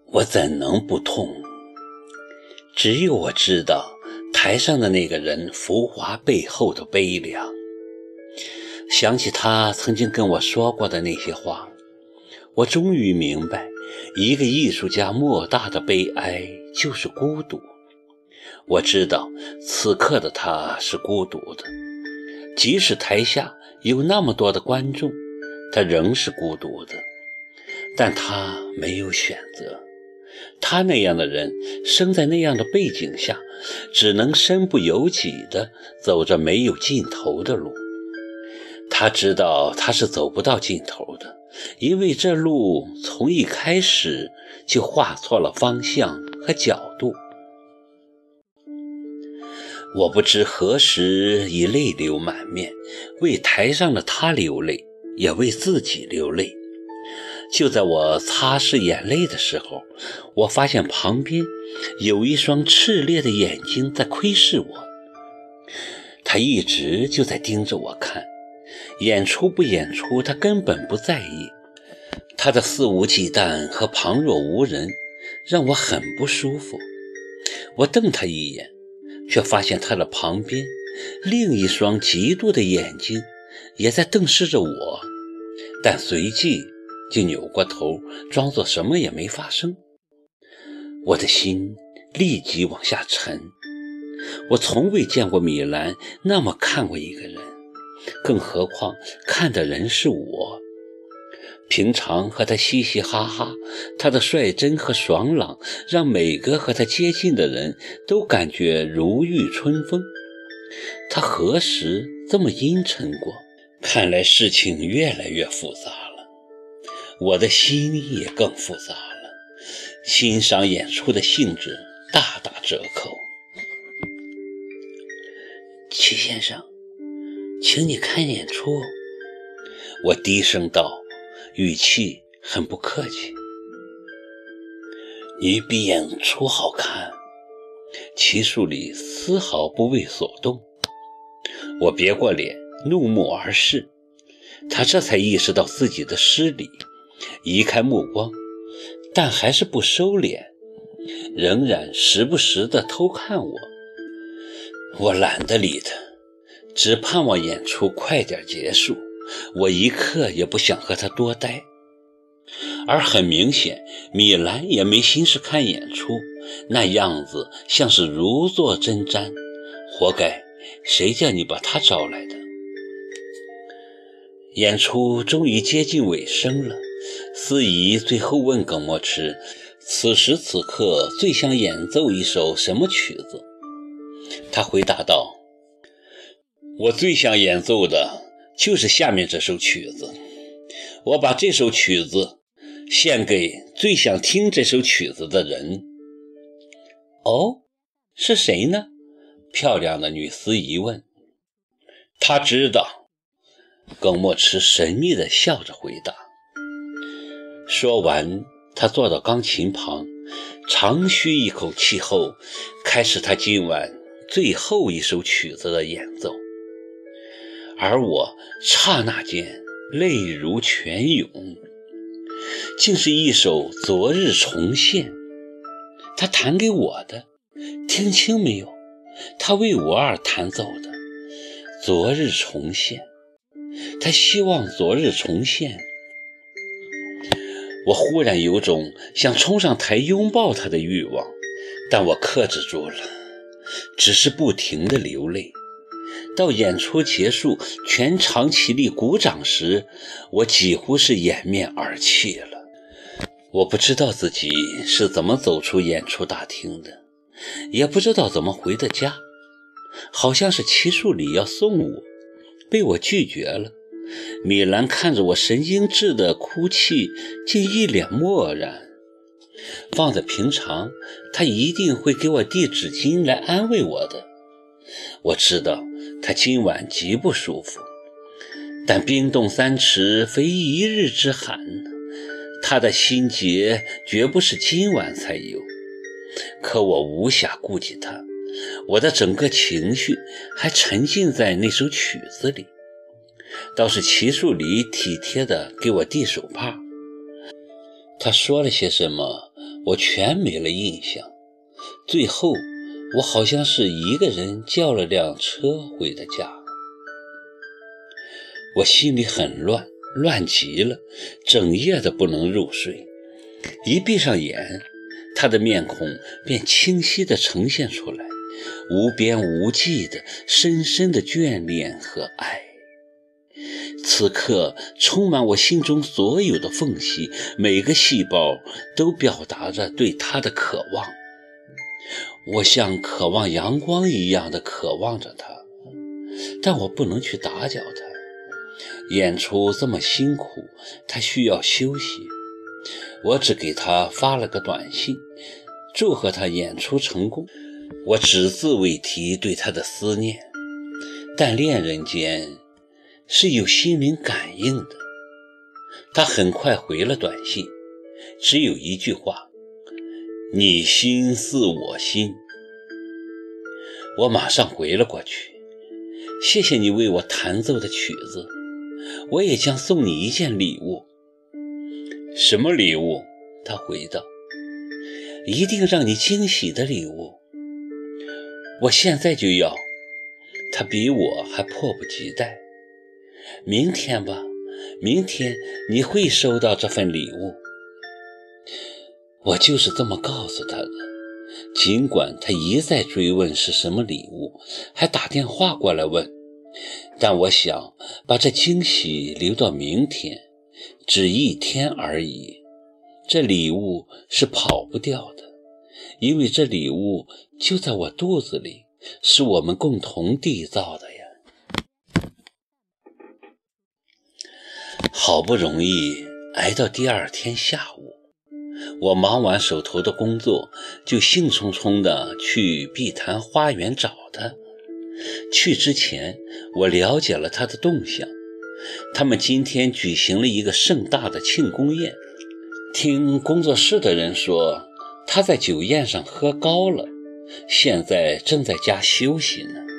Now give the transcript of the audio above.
我怎能不痛？只有我知道台上的那个人浮华背后的悲凉。想起他曾经跟我说过的那些话，我终于明白，一个艺术家莫大的悲哀就是孤独。我知道此刻的他是孤独的，即使台下有那么多的观众，他仍是孤独的。但他没有选择，他那样的人生在那样的背景下，只能身不由己地走着没有尽头的路。他知道他是走不到尽头的，因为这路从一开始就画错了方向和角度。我不知何时已泪流满面，为台上的他流泪，也为自己流泪。就在我擦拭眼泪的时候，我发现旁边有一双炽烈的眼睛在窥视我，他一直就在盯着我看，演出不演出他根本不在意。他的肆无忌惮和旁若无人让我很不舒服。我瞪他一眼，却发现他的旁边另一双嫉妒的眼睛也在瞪视着我，但随即就扭过头，装作什么也没发生。我的心立即往下沉。我从未见过米兰那么看过一个人，更何况看的人是我。平常和他嘻嘻哈哈，他的率真和爽朗让每个和他接近的人都感觉如沐春风。他何时这么阴沉过？看来事情越来越复杂了，我的心也更复杂了，欣赏演出的兴致大打折扣。齐先生，请你看演出。我低声道，语气很不客气。你比演出好看。齐树礼丝毫不为所动。我别过脸，怒目而视。他这才意识到自己的失礼，移开目光，但还是不收敛，仍然时不时地偷看我。我懒得理他，只盼望演出快点结束，我一刻也不想和他多待。而很明显，米兰也没心思看演出，那样子像是如坐针毡，活该，谁叫你把他招来的。演出终于接近尾声了，司仪最后问耿墨池，此时此刻最想演奏一首什么曲子？他回答道，我最想演奏的就是下面这首曲子，我把这首曲子献给最想听这首曲子的人。哦，是谁呢？漂亮的女司仪问。他知道。耿墨池神秘地笑着回答。说完，他坐到钢琴旁，长吁一口气后，开始他今晚最后一首曲子的演奏。而我刹那间泪如泉涌，竟是一首《昨日重现》，他弹给我的，听清没有？他为我而弹奏的《昨日重现》，他希望昨日重现。我忽然有种想冲上台拥抱他的欲望，但我克制住了，只是不停地流泪。到演出结束，全场起立鼓掌时，我几乎是掩面而泣了。我不知道自己是怎么走出演出大厅的，也不知道怎么回的家，好像是齐树礼要送我，被我拒绝了。米兰看着我神经质的哭泣，竟一脸漠然。放在平常，他一定会给我递纸巾来安慰我的。我知道他今晚极不舒服，但冰冻三尺非一日之寒，他的心结绝不是今晚才有。可我无暇顾及他，我的整个情绪还沉浸在那首曲子里。倒是齐树礼体贴地给我递手帕。他说了些什么， 我全没了印象。最后我好像是一个人叫了辆车回的家。我心里很乱，乱极了，整夜的不能入睡。一闭上眼，他的面孔便清晰地呈现出来，无边无际的深深的眷恋和爱。此刻充满我心中所有的缝隙，每个细胞都表达着对他的渴望。我像渴望阳光一样的渴望着他，但我不能去打搅他。演出这么辛苦，他需要休息。我只给他发了个短信，祝贺他演出成功。我只字未提对他的思念，但恋人间是有心灵感应的。他很快回了短信，只有一句话：你心似我心。我马上回了过去，谢谢你为我弹奏的曲子，我也将送你一件礼物。什么礼物？他回道，一定让你惊喜的礼物。我现在就要。他比我还迫不及待。明天吧，明天你会收到这份礼物。我就是这么告诉他的，尽管他一再追问是什么礼物，还打电话过来问，但我想把这惊喜留到明天，只一天而已。这礼物是跑不掉的，因为这礼物就在我肚子里，是我们共同缔造的呀。好不容易挨到第二天下午，我忙完手头的工作，就兴冲冲地去碧潭花园找他。去之前，我了解了他的动向，他们今天举行了一个盛大的庆功宴。听工作室的人说，他在酒宴上喝高了，现在正在家休息呢。